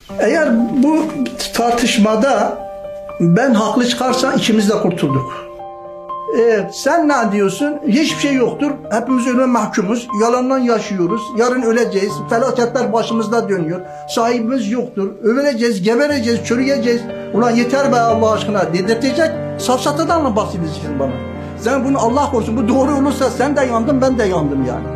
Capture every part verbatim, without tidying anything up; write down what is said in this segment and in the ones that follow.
Eğer bu tartışmada ben haklı çıkarsam ikimiz de kurtulduk. Ee, sen ne diyorsun? Hiçbir şey yoktur. Hepimiz ölüme mahkumuz. Yalandan yaşıyoruz. Yarın öleceğiz. Felaketler başımızda dönüyor. Sahibimiz yoktur. Öleceğiz, gebereceğiz, çürüyeceğiz. Ulan yeter be Allah aşkına dedirtecek. Safsatadan mı bahsediyorsun bana? Sen bunu Allah korusun. Bu doğru olursa sen de yandın, ben de yandım yani.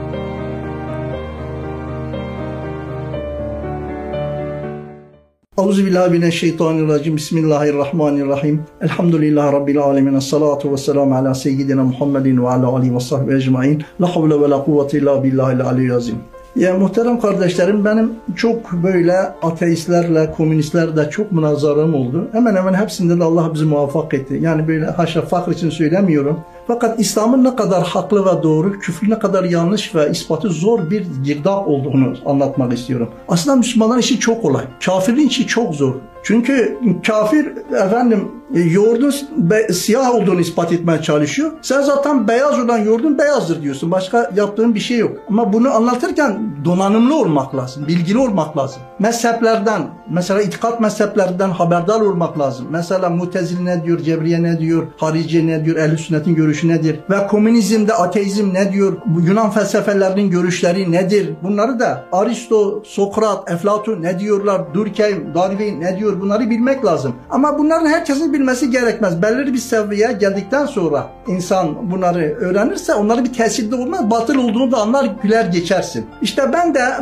Euzubillahimineşşeytanirracim. Bismillahirrahmanirrahim. Elhamdülillahi Rabbil alemin. Esselatu vesselamu ala seyyidina Muhammedin ve ala alihi ve sahbihi ecmain. La havle ve la kuvvete illa billahil aliyyil azim. Ya muhterem kardeşlerim, benim çok böyle ateistlerle, komünistlerle çok münazarım oldu. Hemen hemen hepsinde de Allah bizi muvaffak etti. Yani böyle haşa fakr için söylemiyorum. Fakat İslam'ın ne kadar haklı ve doğru, küfrün ne kadar yanlış ve ispatı zor bir girdap olduğunu anlatmak istiyorum. Aslında Müslümanların işi çok kolay. Kafirin işi çok zor. Çünkü kafir efendim yoğurdun siyah olduğunu ispat etmeye çalışıyor. Sen zaten beyaz olan yoğurdun beyazdır diyorsun. Başka yaptığın bir şey yok. Ama bunu anlatırken donanımlı olmak lazım. Bilgili olmak lazım. Mezheplerden, mesela itikat mezheplerinden haberdar olmak lazım. Mesela Mutezile ne diyor, Cebriye ne diyor, Harici ne diyor, Ehl-i Sünnet'in görüşü nedir? Ve komünizmde ateizm ne diyor? Yunan felsefelerinin görüşleri nedir? Bunları da Aristo, Sokrat, Eflatun ne diyorlar? Durkheim, Darwin ne diyor? Bunları bilmek lazım. Ama bunların herkesin bilmesi gerekmez. Belirli bir seviyeye geldikten sonra insan bunları öğrenirse onları bir tesirde olmaz. Batıl olduğunu da anlar, güler geçersin. İşte ben de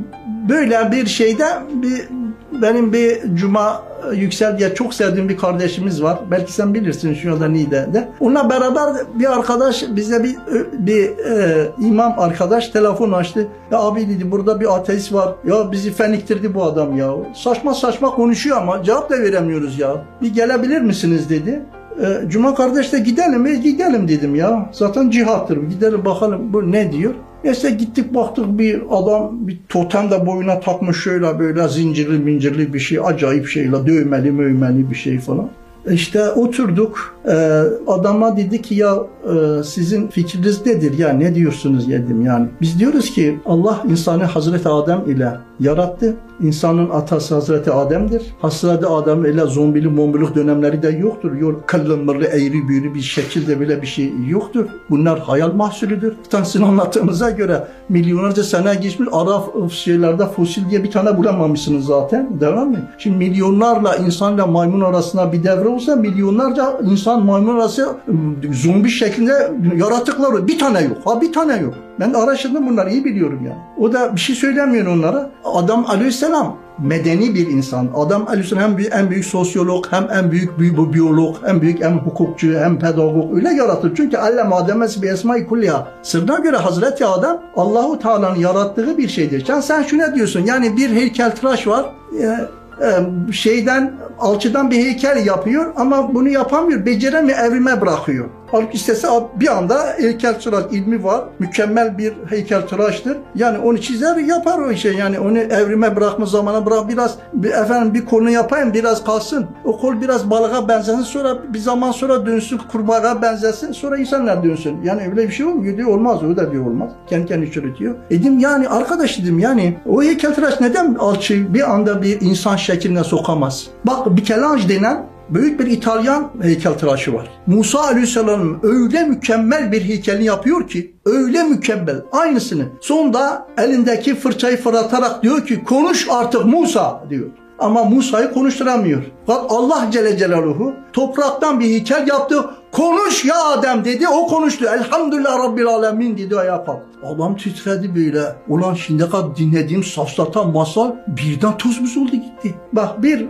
böyle bir şeyde bir benim bir Cuma Yüksel diye çok sevdiğim bir kardeşimiz var. Belki sen bilirsin şu anda Niğde'de. Onunla beraber bir arkadaş bize bir bir e, imam arkadaş telefon açtı. Ya abi dedi, burada bir ateist var. Ya bizi feniktirdi bu adam ya. Saçma saçma konuşuyor ama cevap da veremiyoruz ya. Bir gelebilir misiniz dedi. E, Cuma kardeş de gidelim mi? Gidelim dedim ya. Zaten cihattır. Gidelim bakalım bu ne diyor. Neyse gittik baktık, bir adam bir totem de boyuna takmış, şöyle böyle zincirli mincirli bir şey, acayip şeyle dövmeli mövmeli bir şey falan. İşte oturduk, ee, adama dedi ki ya e, sizin fikriniz nedir ya, ne diyorsunuz dedim yani. Biz diyoruz ki Allah insanı Hazreti Adem ile yarattı. İnsanın atası Hazreti Adem'dir. Hazreti Adem ile zombili mombiluk dönemleri de yoktur. Yok kıllımırlı eğri büğrü bir şekilde bile bir şey yoktur. Bunlar hayal mahsulüdür. Tanesini anlattığımıza göre milyonlarca sene geçmiş, Arap şeylerde fosil diye bir tane bulamamışsınız zaten. Devam mı? Şimdi milyonlarla insanla maymun arasında bir devre olsa milyonlarca insan maymun arası zombi şeklinde yaratıklar var. Bir tane yok. Ha bir tane yok. Ben de araştırdım, bunları iyi biliyorum yani. O da bir şey söylemiyor onlara. Adam Aleyhisselam medeni bir insan. Adam Aleyhisselam hem büyük, en büyük sosyolog, hem en büyük bi biyolog, hem büyük hem hukukçu, hem pedagog öyle yaratır. Çünkü allem Adem'es bi esma-i kulliha. Sırrına göre Hazreti Adem Allahu Teala'nın yarattığı bir şeydir. Sen sen şuna diyorsun. Yani bir heykeltıraş var. E, e, şeyden alçıdan bir heykel yapıyor ama bunu yapamıyor. Beceremiyor, evrime bırakıyor. Halbuki istese bir anda heykeltıraş ilmi var. Mükemmel bir heykeltıraştır. Yani onu çizer yapar o işe. Yani onu evrime bırakma zamana bırak, biraz bir, efendim bir kolunu yapayım biraz kalsın. O kol biraz balığa benzesin, sonra bir zaman sonra dönsün kurbağa benzesin, sonra insanlar dönsün. Yani öyle bir şey olmuyor diyor, olmaz. O da diyor olmaz. Kendi kendini çürütüyor. Dedim yani arkadaş dedim yani o heykeltıraş neden alçıyı bir anda bir insan şekline sokamaz? Bak Michelangelo denen büyük bir İtalyan heykeltıraşı var. Musa Aleyhisselam'ın öyle mükemmel bir heykelini yapıyor ki, öyle mükemmel, aynısını. Sonunda elindeki fırçayı fırlatarak diyor ki konuş artık Musa diyor. Ama Musa'yı konuşturamıyor. Fakat Allah Celle Celaluhu topraktan bir heykel yaptı. Konuş ya Adem dedi, o konuştu. Elhamdülillah Rabbil Alemin dedi, ayağa kalktı. Adam titredi böyle. Ulan şimdi kadar dinlediğim safsatan masal birden tuz buz oldu gitti. Bak bir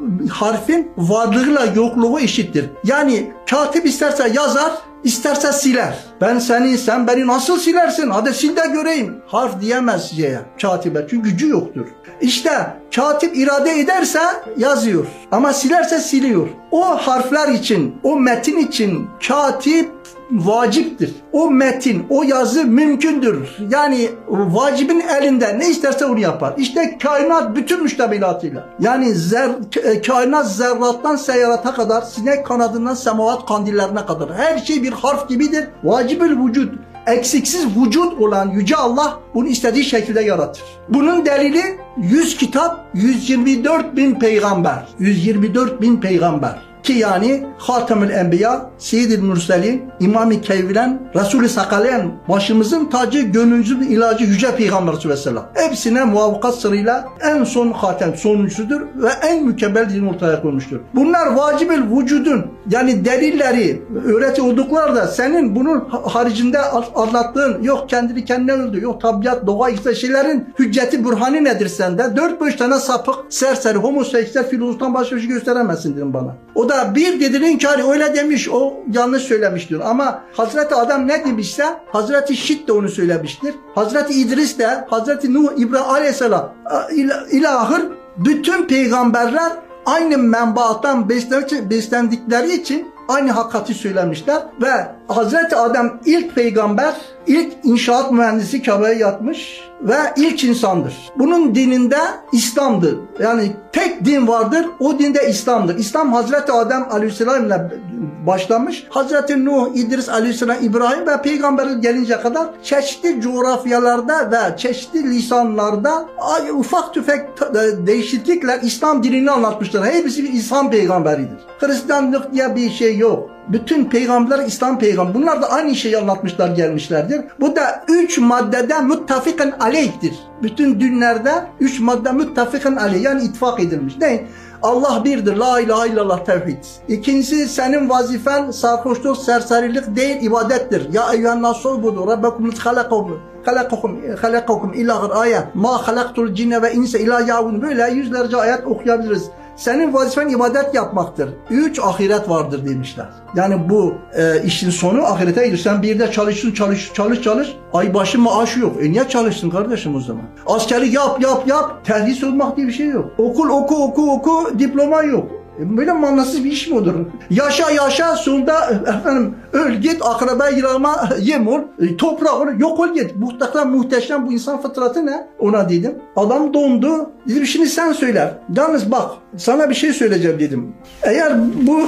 harfin varlığıyla yokluğu eşittir. Yani katip isterse yazar, isterse siler. Ben seni, sen beni nasıl silersin? Hadi sil de göreyim. Harf diyemez şeye, katibe. Çünkü gücü yoktur. İşte katip irade ederse yazıyor. Ama silerse siliyor. O harfler için, o metin için katip vaciptir. O metin, o yazı mümkündür. Yani vacibin elinde ne isterse onu yapar. İşte kainat bütün müştemilatıyla. Yani zer, kainat zerrattan seyyarata kadar, sinek kanadından semavat kandillerine kadar her şey bir harf gibidir. Vacibül vücud. eksiksiz vücut olan Yüce Allah bunu istediği şekilde yaratır. Bunun delili yüz kitap, yüz yirmi dört bin peygamber. yüz yirmi dört bin peygamber. Ki yani Hatemül Enbiya, Seyyidül Mürselin, İmam-ı Kevlen, Resul-i Sakalen, başımızın tacı, gönlümüzün ilacı Yüce Peygamber Aleyhisselam. Hepsine muvaffakat sırrıyla en son hatem, sonuncusudur ve en mükemmel din ortaya koymuştur. Bunlar vacibül vücudun, yani delilleri, öğreti oldukları da senin bunun haricinde anlattığın, yok kendini kendine öldü, yok tabiat, doğa işte şeylerin hücceti, burhanı nedir sende? Dört beş tane sapık, serseri, homoseksüel filozoftan başka bir şey gösteremezsin dedim bana. O da bir dediğin ki öyle demiş, o yanlış söylemiş diyor. Ama Hazreti Adam ne demişse Hazreti Şit de onu söylemiştir. Hazreti İdris de, Hazreti Nuh, İbrahim Aleyhisselam ilahır bütün peygamberler aynı menbaattan beslendikleri için aynı hakikati söylemişler ve Hazreti Adem ilk peygamber, ilk inşaat mühendisi Kabe'ye yatmış ve ilk insandır. Bunun dininde İslam'dır. Yani tek din vardır, o dinde İslam'dır. İslam Hazreti Adem Aleyhisselam ile başlamış. Hazreti Nuh, İdris Aleyhisselam, İbrahim ve peygamberlik gelinceye kadar çeşitli coğrafyalarda ve çeşitli lisanlarda ufak tüfek değişiklikler İslam dinini anlatmışlar. Hepsi bir İslam peygamberidir. Hristiyanlık diye bir şey yok. Bütün peygamberler İslam peygamber. Bunlar da aynı şeyi anlatmışlar, gelmişlerdir. Bu da üç maddede muttafikan aleyhtir. Bütün dinlerde üç madde muttafikan aleyh, yani ittifak edilmiş. Ne? Allah birdir. La ilahe illallah tevhid. İkincisi senin vazifen sarhoşluk, serserilik değil, ibadettir. Ya eyyühen nasubudu rabbekum halakakum halakakum halakakum ila ayet. Ma halaktul cinne ve insa ila yavun. Böyle yüzlerce ayet okuyabiliriz. Senin vazifen ibadet yapmaktır. Üç ahiret vardır demişler. Yani bu e, işin sonu ahirete gidiyor. Sen bir de çalışsın, çalış, çalış, çalış. Ay başı maaşı yok. E niye çalışsın kardeşim o zaman? Askeri yap, yap, yap. Terhis olmak diye bir şey yok. Okul, oku, oku, oku. Diploma yok. E böyle manasız bir iş mi olur? Yaşa yaşa, sonunda efendim öl git, akraba yırağıma yem ol, e, toprağa ol, yok ol git. Muhtemelen muhteşem bu insan fıtratı ne? Ona dedim. Adam dondu. Dedim şimdi sen söyler. Yalnız bak sana bir şey söyleyeceğim dedim. Eğer bu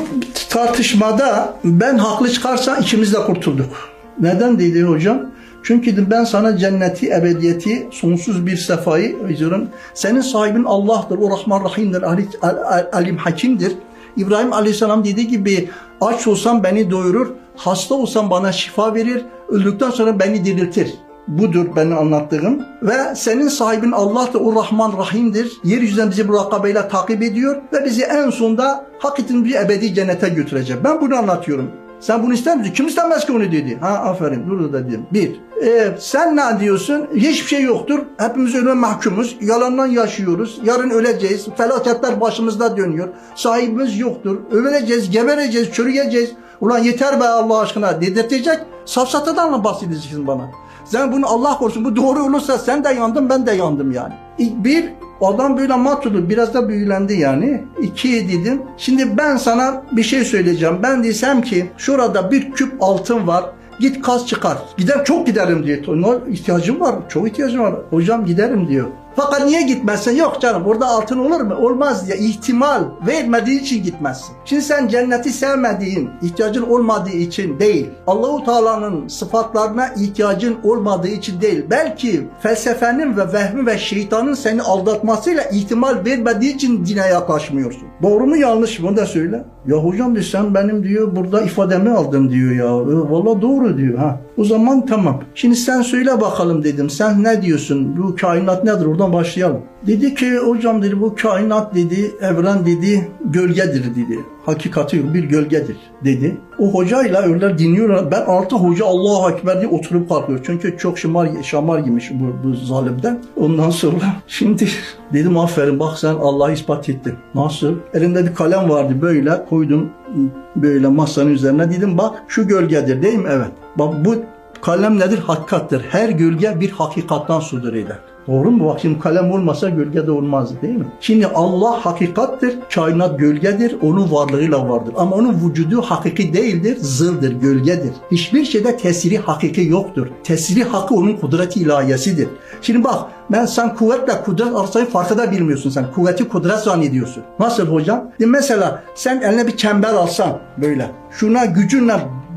tartışmada ben haklı çıkarsam ikimiz de kurtulduk. Neden dedi hocam? Çünkü dedim ben sana cenneti, ebediyeti, sonsuz bir sefayı veriyorum. Senin sahibin Allah'tır. O Rahman Rahim'dir. Alim Hakim'dir. İbrahim Aleyhisselam dediği gibi aç olsam beni doyurur. Hasta olsam bana şifa verir. Öldükten sonra beni diriltir. Budur benim anlattığım. Ve senin sahibin Allah'tır. O Rahman Rahim'dir. Yeryüzünden bizi murakabeyle takip ediyor. Ve bizi en sonunda hakikaten bir ebedi cennete götürecek. Ben bunu anlatıyorum. Sen bunu ister misin? Kim istemez ki onu dedi. Ha aferin. Dur da dedim. Bir. E, sen ne diyorsun? Hiçbir şey yoktur. Hepimiz ölüme mahkumuz. Yalandan yaşıyoruz. Yarın öleceğiz. Felaketler başımızda dönüyor. Sahibimiz yoktur. Öleceğiz, gebereceğiz, çürüyeceğiz. Ulan yeter be Allah aşkına dedirtecek. Safsatadan mı bahsedeceksin bana? Sen bunu Allah korusun. Bu doğru olursa sen de yandın, ben de yandım yani. Bir, adam böyle mat oldu. Biraz da büyülendi yani. İki dedim. Şimdi ben sana bir şey söyleyeceğim. Ben desem ki şurada bir küp altın var. Git kaz çıkar. Gider, çok giderim diyor. İhtiyacım var. Çok ihtiyacım var. Hocam giderim diyor. Fakat niye gitmezsin? Yok canım orada altın olur mu? Olmaz diye ihtimal vermediği için gitmezsin. Şimdi sen cenneti sevmediğin, ihtiyacın olmadığı için değil. Allahu Teala'nın sıfatlarına ihtiyacın olmadığı için değil. Belki felsefenin ve vehmi ve şeytanın seni aldatmasıyla ihtimal vermediği için dine yaklaşmıyorsun. Doğru mu yanlış mı? Onu da söyle. Ya hocam diyor sen benim diyor burada ifademi aldın diyor ya. E, vallahi doğru diyor. Ha. O zaman tamam. Şimdi sen söyle bakalım dedim. Sen ne diyorsun? Bu kainat nedir? Oradan başlayalım. Dedi ki hocam dedi bu kainat dedi, evren dedi, gölgedir dedi. Hakikati yok, bir gölgedir dedi. O hocayla öyle dinliyorlar. Ben artık hoca Allahu Ekber diye oturup kalkıyor. Çünkü çok şamar, şamar yemiş bu, bu zalimden. Ondan sonra şimdi dedim aferin bak sen Allah'ı ispat ettin. Nasıl? Elimde bir kalem vardı böyle koydum böyle masanın üzerine dedim bak şu gölgedir değil mi? Evet. Bak bu kalem nedir? Hakikattir. Her gölge bir hakikattan sudur eder. Doğru mu? Bak şimdi kalem olmasa gölge de olmazdı değil mi? Şimdi Allah hakikattir, kainat gölgedir, onun varlığıyla vardır. Ama onun vücudu hakiki değildir, zıldır, gölgedir. Hiçbir şeyde tesiri hakiki yoktur. Tesiri hakkı onun kudreti ilahiyesidir. Şimdi bak ben sen kuvvetle kudret arasında farkı da bilmiyorsun sen. Kuvveti kudret zannediyorsun. Nasıl hocam? Mesela sen eline bir çember alsan böyle. Şuna gücünle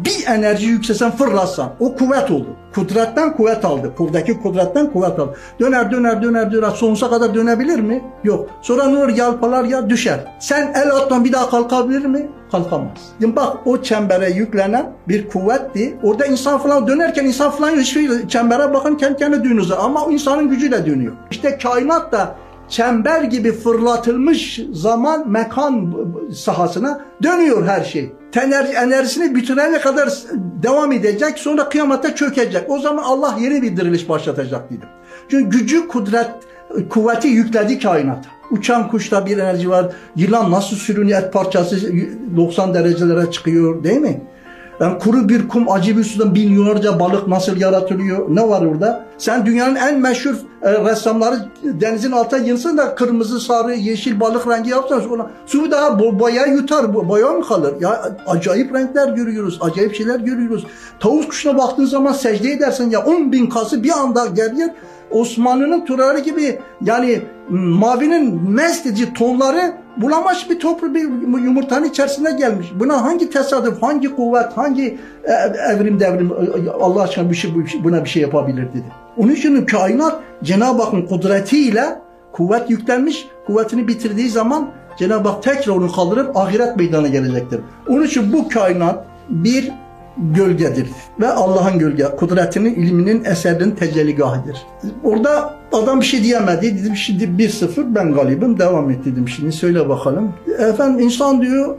bir enerji yükselsen, fırlatsan, o kuvvet oldu. Kudretten kuvvet aldı. Kuldaki kudretten kuvvet aldı. Döner döner döner döner sonsuza kadar dönebilir mi? Yok. Sonra ne olur? Yalpalar ya düşer. Sen el atman bir daha kalkabilir mi? Kalkamaz. Şimdi bak, o çembere yüklenen bir kuvvetti. Orada insan falan dönerken insan falan hiçbir çembere bakın kendi kendine dönüyor. Ama o insanın gücüyle dönüyor. İşte kainat da çember gibi fırlatılmış zaman mekan sahasına dönüyor her şey. Enerji, enerjisini bitirene kadar devam edecek, sonra kıyamette çökecek. O zaman Allah yeni bir diriliş başlatacak dedim. Çünkü gücü, kudret, kuvveti yükledi kainata. Uçan kuşta bir enerji var. Yılan nasıl sürünüyor, et parçası doksan derecelere çıkıyor, değil mi? Yani kuru bir kum, acı bir sudan milyonlarca balık nasıl yaratılıyor? Ne var orada? Sen dünyanın en meşhur e, ressamları denizin altına girsene de kırmızı, sarı, yeşil balık rengi yapsanız ona su daha bo boya yutar, bo boya mı kalır? Ya acayip renkler görüyoruz, acayip şeyler görüyoruz. Tavus kuşuna baktığın zaman secde edersin ya, on bin kası bir anda geliyor. Osmanlı'nın turarı gibi, yani mavinin mest edici tonları bulamaç bir toplu bir yumurtanın içerisinde gelmiş. Buna hangi tesadüf, hangi kuvvet, hangi evrim devrim Allah aşkına bir şey, buna bir şey yapabilir dedi. Onun için kainat Cenab-ı Hakk'ın kudretiyle kuvvet yüklenmiş. Kuvvetini bitirdiği zaman Cenab-ı Hak tekrar onu kaldırıp ahiret meydana gelecektir. Onun için bu kainat bir gölgedir ve Allah'ın gölge, kudretinin, ilminin, eserinin tecelligahıdır. Orada adam bir şey diyemedi. Dedim şimdi bir sıfır ben galibim, devam et dedim. Şimdi söyle bakalım. Efendim insan diyor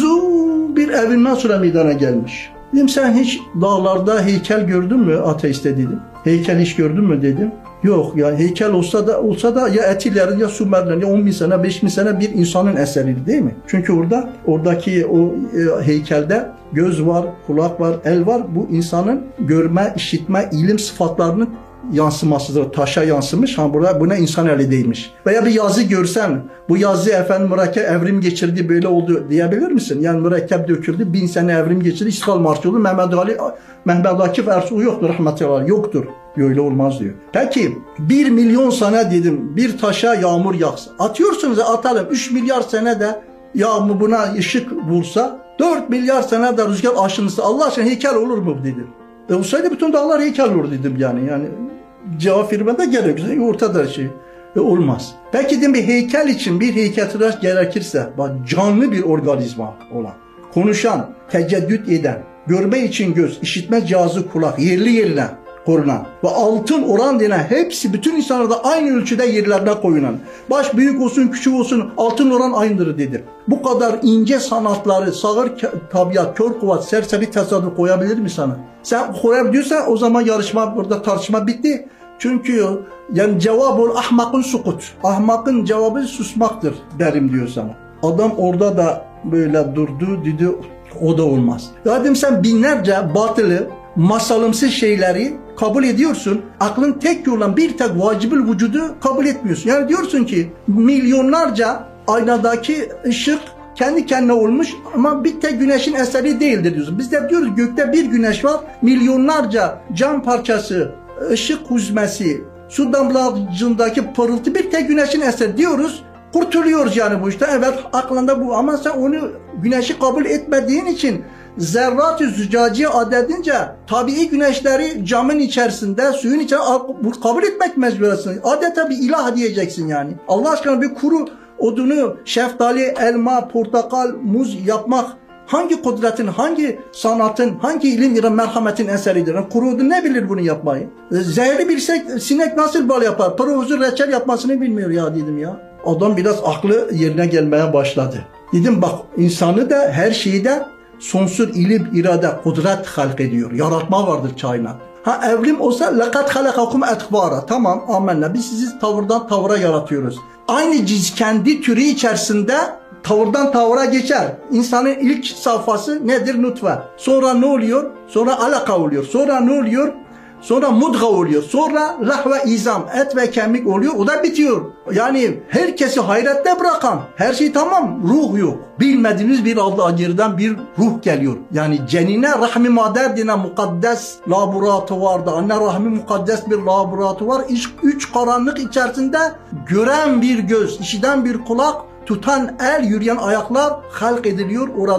uzun bir evinden sonra meydana gelmiş. Dedim sen hiç dağlarda heykel gördün mü ateiste dedim. Heykel hiç gördün mü dedim. Yok yani heykel olsa da olsa da ya Etilerin ya Sümerlerin ya on bin sene beş bin sene bir insanın eseri değil mi? Çünkü orada oradaki o e, heykelde göz var, kulak var, el var. Bu insanın görme, işitme, ilim sıfatlarının yansımasıdır. Taşa yansımış. Ha burada buna insan eli değilmiş. Veya bir yazı görsen bu yazı efendim mürekkep evrim geçirdi böyle oldu diyebilir misin? Yani mürekkep döküldü, bin sene evrim geçirdi, İstiklal Marşı oldu. Mehmet Ali, Mehmet Akif Ersoy yoktur rahmetullah, yoktur. Öyle olmaz diyor. Peki bir milyon sene dedim bir taşa yağmur yağsa. Atıyorsunuz atalım. üç milyar sene de yağmur buna ışık vursa, dört milyar sene de rüzgar aşınırsa Allah aşkına heykel olur mu dedim. E olsaydı bütün dağlar heykel olur dedim yani. Yani cevap vermede gerekirse ortada şey. E olmaz. Peki dedim bir heykel için bir heykeltıraş gerekirse bak canlı bir organizma olan, konuşan, teceddüt eden, görme için göz, işitme cihazı kulak, yerli yerine korunan ve altın oran denen hepsi bütün insanlarda aynı ölçüde yerlerine koyulan. Baş büyük olsun küçük olsun altın oran aynıdır dedi. Bu kadar ince sanatları sağır tabiat, kör kuvvet, serseri tesadüf koyabilir mi sana? Sen koyabiliyorsan o zaman yarışma burada tartışma bitti. Çünkü yani cevabul ahmakun sukut. Ahmakın cevabı susmaktır derim diyor sana. Adam orada da böyle durdu dedi o da olmaz. Ya dedim sen binlerce batılı masalımsı şeyleri kabul ediyorsun. Aklın tek yoldan bir tek vacibül vücudu kabul etmiyorsun. Yani diyorsun ki milyonlarca aynadaki ışık kendi kendine olmuş ama bir tek güneşin eseri değildir diyorsun. Biz de diyoruz gökte bir güneş var, milyonlarca cam parçası, ışık huzmesi, su damlacındaki pırıltı bir tek güneşin eseri diyoruz. Kurtuluyoruz yani bu işte. Evet aklında bu ama sen onu güneşi kabul etmediğin için zerrat-ı zücaciye adedince tabii güneşleri camın içerisinde, suyun içerisinde kabul etmek mecburiyetin. Adeta bir ilah diyeceksin yani. Allah aşkına bir kuru odunu, şeftali, elma, portakal, muz yapmak hangi kudretin, hangi sanatın, hangi ilim ile merhametin eseridir? Yani kuru odun ne bilir bunu yapmayı? Zehri bilsek sinek nasıl bal yapar? Profesör reçel yapmasını bilmiyor ya dedim ya. Adam biraz aklı yerine gelmeye başladı. Dedim bak insanı da her şeyi de sonsuz ilim, irade, kudret halk ediyor. Yaratma vardır kainat. Ha evrim olsa لَقَدْ خَلَقَكُمْ اَتْبَارًا. Tamam amenna biz sizi tavırdan tavıra yaratıyoruz. Aynı cins kendi türü içerisinde tavırdan tavıra geçer. İnsanın ilk safhası nedir? Nutfe. Sonra ne oluyor? Sonra alaka oluyor. Sonra ne oluyor? Sonra mudga oluyor. Sonra lah ve izam, et ve kemik oluyor. O da bitiyor. Yani herkesi hayrette bırakan, her şey tamam, ruh yok. Bilmediğiniz bir Allah'tan bir ruh geliyor. Yani cenine rahmi mader denen mukaddes laboratuvarda, anne rahmi mukaddes bir laboratuvar, üç, üç karanlık içerisinde gören bir göz, işiten bir kulak, tutan el, yürüyen ayaklar halk ediliyor orada.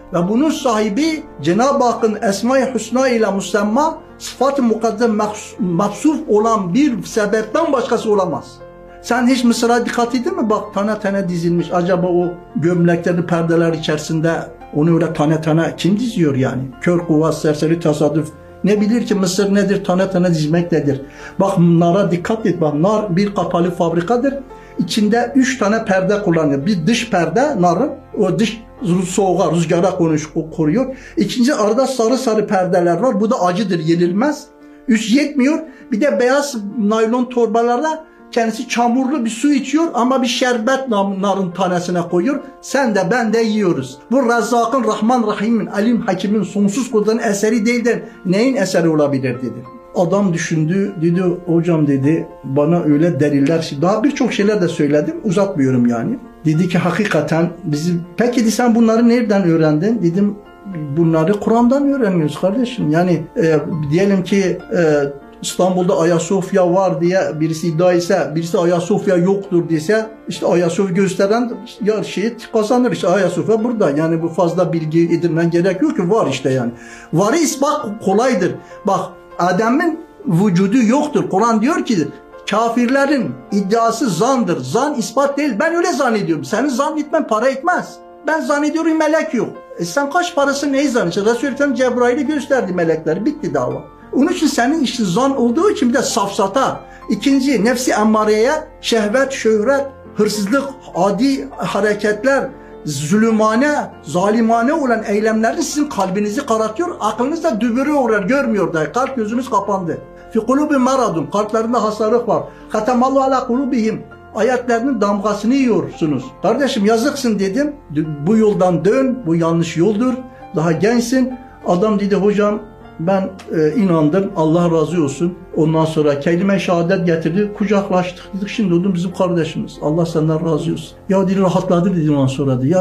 Ve bunun sahibi Cenab-ı Hakk'ın Esma-i Hüsna ile musemma, sıfat-ı mukaddes mevsuf olan bir sebepten başkası olamaz. Sen hiç Mısır'a dikkat edin mi? Bak tane tane dizilmiş. Acaba o gömlekleri perdeler içerisinde onu öyle tane tane kim diziyor yani? Kör kuvvet, serseri tesadüf. Ne bilir ki Mısır nedir? Tane tane dizmek nedir? Bak nara dikkat et. Bak nar bir kapalı fabrikadır. İçinde üç tane perde kullanıyor. Bir dış perde narın. O dış soğuğa, rüzgara konuş, koruyor. İkinci arada sarı sarı perdeler var. Bu da acıdır, yenilmez. Üç yetmiyor. Bir de beyaz naylon torbalarla kendisi çamurlu bir su içiyor ama bir şerbet narın tanesine koyuyor. Sen de ben de yiyoruz. Bu Rezzak'ın, Rahman Rahim'in, Alim Hakim'in sonsuz kudretin eseri değil de neyin eseri olabilir dedi. Adam düşündü, dedi hocam dedi bana öyle deliller, daha birçok şeyler de söyledim, uzatmıyorum yani. Dedi ki hakikaten bizi, peki dedi sen bunları nereden öğrendin? Dedim bunları Kur'an'dan öğreniyoruz kardeşim. Yani e, diyelim ki e, İstanbul'da Ayasofya var diye birisi iddia ise, birisi Ayasofya yoktur dese, işte Ayasofya gösteren ya şeyi kazanır, işte Ayasofya burada. Yani bu fazla bilgi edinmen gerek yok ki, var işte yani. Varı ispat kolaydır. Bak Adem'in vücudu yoktur. Kur'an diyor ki kafirlerin iddiası zandır. Zan ispat değil. Ben öyle zannediyorum. Senin zannetmen para etmez. Ben zannediyorum melek yok. E sen kaç parası neyi zannediyorsun? Resul-i Ekrem Cebrail'i gösterdi melekleri. Bitti dava. Onun için senin işin zan olduğu için bir de safsata. İkinci nefsi emmareye, şehvet, şöhret, hırsızlık, adi hareketler, zulümane, zalimane olan eylemleri sizin kalbinizi karartıyor. Aklınız da dübürü uğrar, görmüyor da. Kalp gözünüz kapandı. Fi kulubi maradun. Kalplerinde hastalık var. Hatemallahu ala kulubihim. Ayetlerinin damgasını yiyorsunuz. Kardeşim yazıksın dedim. Bu yoldan dön. Bu yanlış yoldur. Daha gençsin. Adam dedi hocam ben e, inandım. Allah razı olsun. Ondan sonra kelime-i şehadet getirdi. Kucaklaştık dedik. Şimdi oldum bizim kardeşimiz. Allah senden razı olsun. Ya dedi rahatladı dedi ondan sonra. Dedi. Ya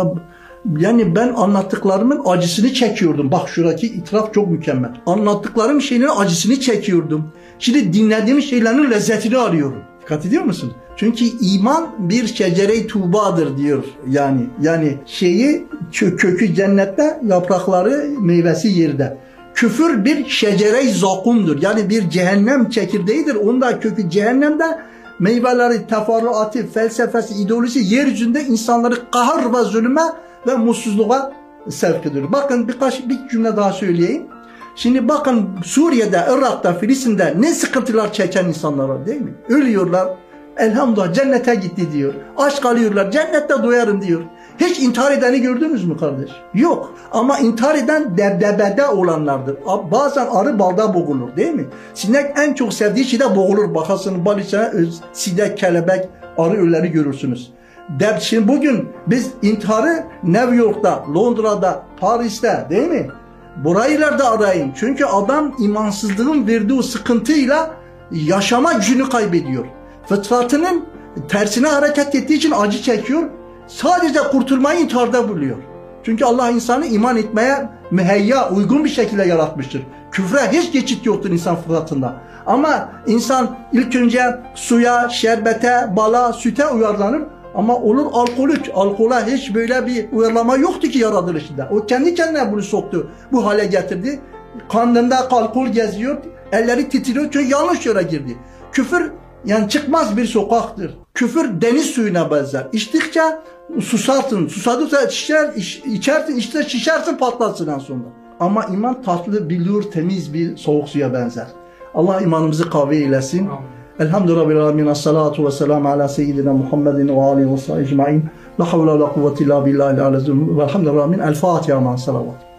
yani ben anlattıklarımın acısını çekiyordum. Bak şuradaki itiraf çok mükemmel. Anlattıklarım şeylerin acısını çekiyordum. Şimdi dinlediğim şeylerin lezzetini arıyorum. Dikkat ediyor musun? Çünkü iman bir şecere-i tuğbadır diyor. Yani yani şeyi kökü cennette, yaprakları meyvesi yerde. Küfür bir şecere-i zakumdur. Yani bir cehennem çekirdeğidir. Onun da kökü cehennemde, meyveleri, teferruatı, felsefesi, ideolojisi yeryüzünde insanları kahır ve zulüme ve mutsuzluğa sevk ediyor. Bakın birkaç bir cümle daha söyleyeyim. Şimdi bakın Suriye'de, Irak'ta, Filistin'de ne sıkıntılar çeken insanlar var değil mi? Ölüyorlar. Elhamdülillah cennete gitti diyor. Aç kalıyorlar. Cennette doyarım diyor. Hiç intihar edeni gördünüz mü kardeş? Yok. Ama intihar eden debdebede olanlardır. Bazen arı balda boğulur değil mi? Sinek en çok sevdiği şeyde boğulur. Bakarsın bal içine sinek, kelebek, arı ölüleri görürsünüz. Deb, şimdi bugün biz intiharı New York'ta, Londra'da, Paris'te değil mi? Burayılarda arayın. Çünkü adam imansızlığın verdiği o sıkıntıyla yaşama gücünü kaybediyor. Fıtratının tersine hareket ettiği için acı çekiyor. Sadece kurtulmayı intiharda buluyor. Çünkü Allah insanı iman etmeye müheyya, uygun bir şekilde yaratmıştır. Küfre hiç geçit yoktur insan fıtratında. Ama insan ilk önce suya, şerbete, bala, süte uyarlanır. Ama olur alkolik. Alkola hiç böyle bir uyarlama yoktu ki yaratılışında. O kendi kendine bunu soktu. Bu hale getirdi. Kanında alkol geziyor. Elleri titriyor çünkü yanlış yere girdi. Küfür yani çıkmaz bir sokaktır. Küfür deniz suyuna benzer. İçtikçe susarsın. Susadıkça şişer, içersin, işte şişersin, patlarsın en sonunda. Ama iman tatlı, biliyor, temiz bir soğuk suya benzer. Allah imanımızı kavve eylesin. Elhamdülillahi Rabbil Alemin. Esselatu ve selamu ala seyyidina Muhammedin ve alihi ve sahbihi ecmaîn. La havle ve la kuvvete illa billahil aliyyil azim. Velhamdülillahi. El Fatiha ma'as salavat.